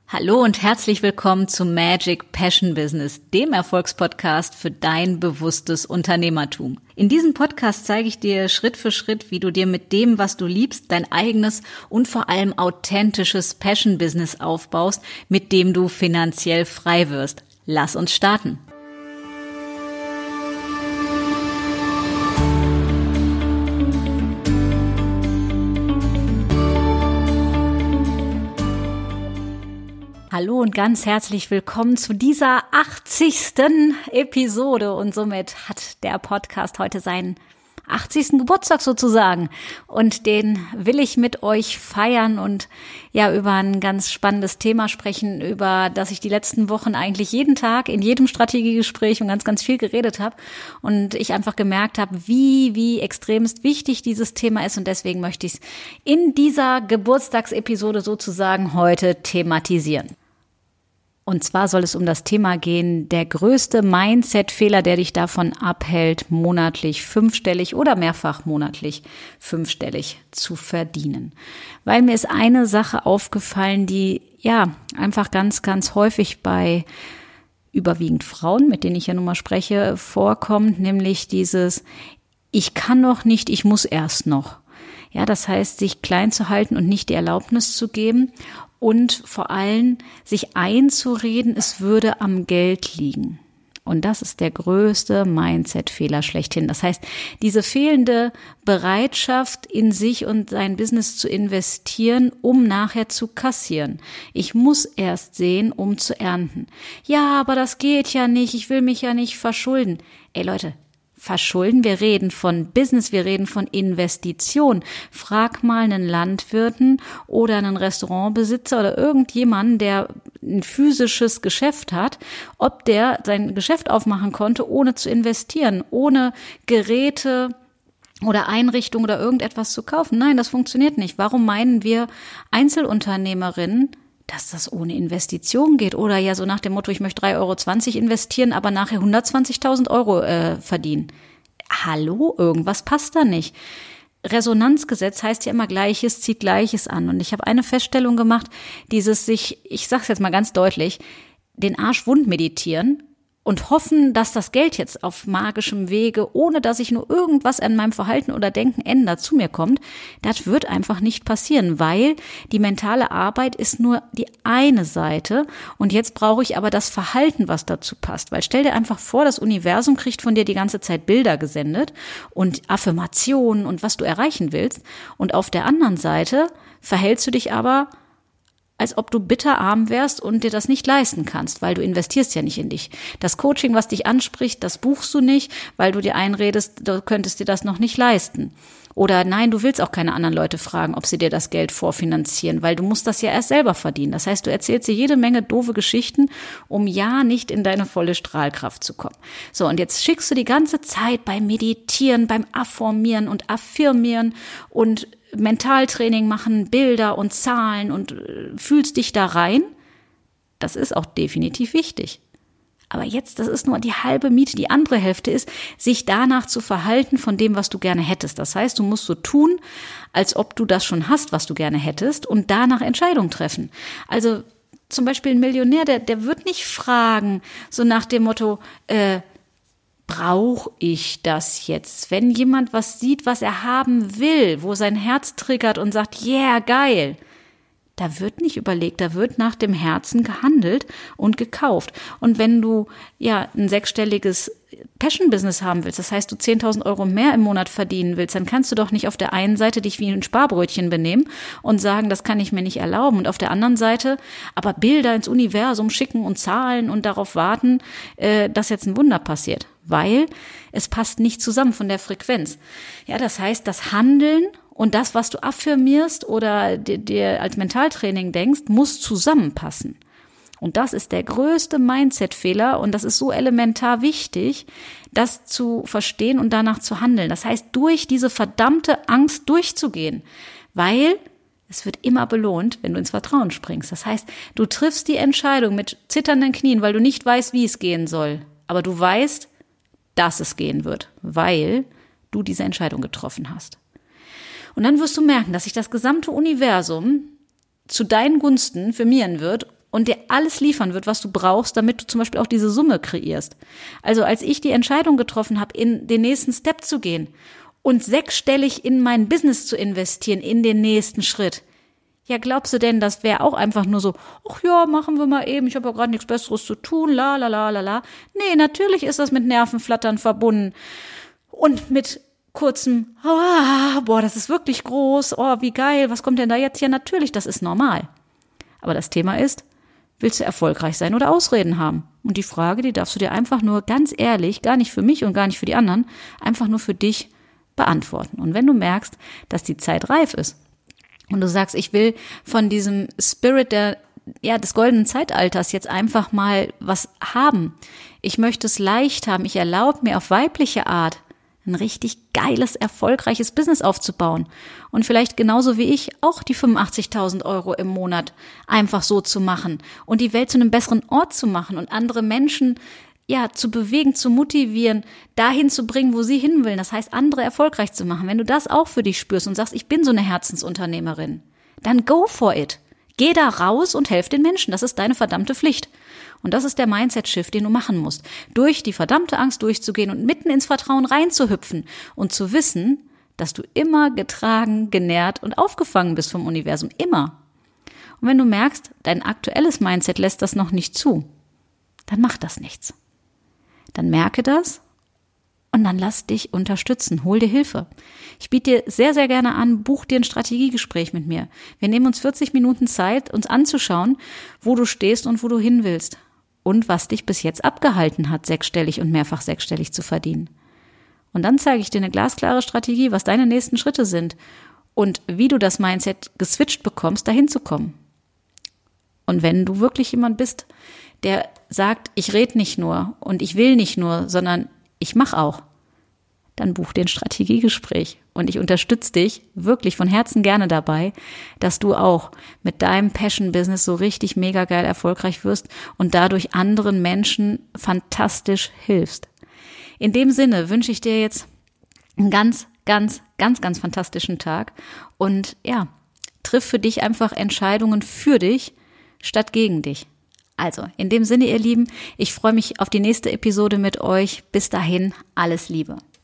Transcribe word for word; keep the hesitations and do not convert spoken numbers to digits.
Hallo und herzlich willkommen zu Magic Passion Business, dem Erfolgspodcast für dein bewusstes Unternehmertum. In diesem Podcast zeige ich dir Schritt für Schritt, wie du dir mit dem, was du liebst, dein eigenes und vor allem authentisches Passion Business aufbaust, mit dem du finanziell frei wirst. Lass uns starten. Hallo und ganz herzlich willkommen zu dieser achtzigsten Episode und somit hat der Podcast heute seinen achtzigsten Geburtstag sozusagen und den will ich mit euch feiern und ja über ein ganz spannendes Thema sprechen, über das ich die letzten Wochen eigentlich jeden Tag in jedem Strategiegespräch und ganz, ganz viel geredet habe und ich einfach gemerkt habe, wie, wie extremst wichtig dieses Thema ist und deswegen möchte ich es in dieser Geburtstagsepisode sozusagen heute thematisieren. Und zwar soll es um das Thema gehen, der größte Mindset-Fehler, der dich davon abhält, monatlich fünfstellig oder mehrfach monatlich fünfstellig zu verdienen. Weil mir ist eine Sache aufgefallen, die ja einfach ganz, ganz häufig bei überwiegend Frauen, mit denen ich ja nun mal spreche, vorkommt, nämlich dieses, ich kann noch nicht, ich muss erst noch. Ja, das heißt, sich klein zu halten und nicht die Erlaubnis zu geben und vor allem sich einzureden, es würde am Geld liegen. Und das ist der größte Mindset-Fehler schlechthin. Das heißt, diese fehlende Bereitschaft in sich und sein Business zu investieren, um nachher zu kassieren. Ich muss erst sehen, um zu ernten. Ja, aber das geht ja nicht, ich will mich ja nicht verschulden. Ey Leute, verschulden, wir reden von Business, wir reden von Investition. Frag mal einen Landwirten oder einen Restaurantbesitzer oder irgendjemanden, der ein physisches Geschäft hat, ob der sein Geschäft aufmachen konnte, ohne zu investieren, ohne Geräte oder Einrichtungen oder irgendetwas zu kaufen. Nein, das funktioniert nicht. Warum meinen wir Einzelunternehmerinnen, dass das ohne Investition geht oder ja so nach dem Motto, ich möchte drei Euro zwanzig investieren, aber nachher hundertzwanzigtausend Euro äh, verdienen. Hallo, irgendwas passt da nicht. Resonanzgesetz heißt ja immer Gleiches zieht Gleiches an und ich habe eine Feststellung gemacht, dieses sich, ich sag's jetzt mal ganz deutlich, den Arsch wund meditieren und hoffen, dass das Geld jetzt auf magischem Wege, ohne dass ich nur irgendwas an meinem Verhalten oder Denken ändert, zu mir kommt, das wird einfach nicht passieren, weil die mentale Arbeit ist nur die eine Seite und jetzt brauche ich aber das Verhalten, was dazu passt, weil stell dir einfach vor, das Universum kriegt von dir die ganze Zeit Bilder gesendet und Affirmationen und was du erreichen willst und auf der anderen Seite verhältst du dich aber als ob du bitterarm wärst und dir das nicht leisten kannst, weil du investierst ja nicht in dich. Das Coaching, was dich anspricht, das buchst du nicht, weil du dir einredest, du könntest dir das noch nicht leisten. Oder nein, du willst auch keine anderen Leute fragen, ob sie dir das Geld vorfinanzieren, weil du musst das ja erst selber verdienen. Das heißt, du erzählst dir jede Menge doofe Geschichten, um ja nicht in deine volle Strahlkraft zu kommen. So, und jetzt schickst du die ganze Zeit beim Meditieren, beim Affirmieren und Affirmieren und Mentaltraining machen, Bilder und Zahlen und äh, fühlst dich da rein. Das ist auch definitiv wichtig. Aber jetzt, das ist nur die halbe Miete. Die andere Hälfte ist, sich danach zu verhalten von dem, was du gerne hättest. Das heißt, du musst so tun, als ob du das schon hast, was du gerne hättest und danach Entscheidungen treffen. Also zum Beispiel ein Millionär, der, der wird nicht fragen, so nach dem Motto, äh, brauche ich das jetzt? Wenn jemand was sieht, was er haben will, wo sein Herz triggert und sagt, yeah, geil, da wird nicht überlegt, da wird nach dem Herzen gehandelt und gekauft. Und wenn du ja ein sechsstelliges Passion-Business haben willst, das heißt, du zehntausend Euro mehr im Monat verdienen willst, dann kannst du doch nicht auf der einen Seite dich wie ein Sparbrötchen benehmen und sagen, das kann ich mir nicht erlauben. Und auf der anderen Seite aber Bilder ins Universum schicken und Zahlen und darauf warten, äh, dass jetzt ein Wunder passiert. Weil es passt nicht zusammen von der Frequenz. Ja, das heißt, das Handeln und das, was du affirmierst oder dir, dir als Mentaltraining denkst, muss zusammenpassen. Und das ist der größte Mindset-Fehler und das ist so elementar wichtig, das zu verstehen und danach zu handeln. Das heißt, durch diese verdammte Angst durchzugehen, weil es wird immer belohnt, wenn du ins Vertrauen springst. Das heißt, du triffst die Entscheidung mit zitternden Knien, weil du nicht weißt, wie es gehen soll. Aber du weißt, dass es gehen wird, weil du diese Entscheidung getroffen hast. Und dann wirst du merken, dass sich das gesamte Universum zu deinen Gunsten firmieren wird und dir alles liefern wird, was du brauchst, damit du zum Beispiel auch diese Summe kreierst. Also als ich die Entscheidung getroffen habe, in den nächsten Step zu gehen und sechsstellig in mein Business zu investieren, in den nächsten Schritt, ja, glaubst du denn, das wäre auch einfach nur so, ach ja, machen wir mal eben, ich habe ja gerade nichts Besseres zu tun, la la la la la. Nee, natürlich ist das mit Nervenflattern verbunden und mit kurzem, oh, boah, das ist wirklich groß, oh, wie geil, was kommt denn da jetzt? Ja, natürlich, das ist normal. Aber das Thema ist, willst du erfolgreich sein oder Ausreden haben? Und die Frage, die darfst du dir einfach nur ganz ehrlich, gar nicht für mich und gar nicht für die anderen, einfach nur für dich beantworten. Und wenn du merkst, dass die Zeit reif ist, und du sagst, ich will von diesem Spirit der, ja, des goldenen Zeitalters jetzt einfach mal was haben. Ich möchte es leicht haben. Ich erlaube mir auf weibliche Art ein richtig geiles, erfolgreiches Business aufzubauen. Und vielleicht genauso wie ich auch die fünfundachtzigtausend Euro im Monat einfach so zu machen und die Welt zu einem besseren Ort zu machen und andere Menschen ja, zu bewegen, zu motivieren, dahin zu bringen, wo sie hin wollen. Das heißt, andere erfolgreich zu machen. Wenn du das auch für dich spürst und sagst, ich bin so eine Herzensunternehmerin, dann go for it. Geh da raus und helf den Menschen. Das ist deine verdammte Pflicht. Und das ist der Mindset-Shift, den du machen musst. Durch die verdammte Angst durchzugehen und mitten ins Vertrauen reinzuhüpfen und zu wissen, dass du immer getragen, genährt und aufgefangen bist vom Universum. Immer. Und wenn du merkst, dein aktuelles Mindset lässt das noch nicht zu, dann mach das nichts. Dann merke das und dann lass dich unterstützen. Hol dir Hilfe. Ich biete dir sehr, sehr gerne an, buch dir ein Strategiegespräch mit mir. Wir nehmen uns vierzig Minuten Zeit, uns anzuschauen, wo du stehst und wo du hin willst und was dich bis jetzt abgehalten hat, sechsstellig und mehrfach sechsstellig zu verdienen. Und dann zeige ich dir eine glasklare Strategie, was deine nächsten Schritte sind und wie du das Mindset geswitcht bekommst, dahin zu kommen. Und wenn du wirklich jemand bist, der sagt, ich rede nicht nur und ich will nicht nur, sondern ich mache auch, dann buch dir ein Strategiegespräch. Und ich unterstütze dich wirklich von Herzen gerne dabei, dass du auch mit deinem Passion-Business so richtig mega geil erfolgreich wirst und dadurch anderen Menschen fantastisch hilfst. In dem Sinne wünsche ich dir jetzt einen ganz, ganz, ganz, ganz fantastischen Tag und ja, triff für dich einfach Entscheidungen für dich statt gegen dich. Also, in dem Sinne, ihr Lieben, ich freue mich auf die nächste Episode mit euch. Bis dahin, alles Liebe.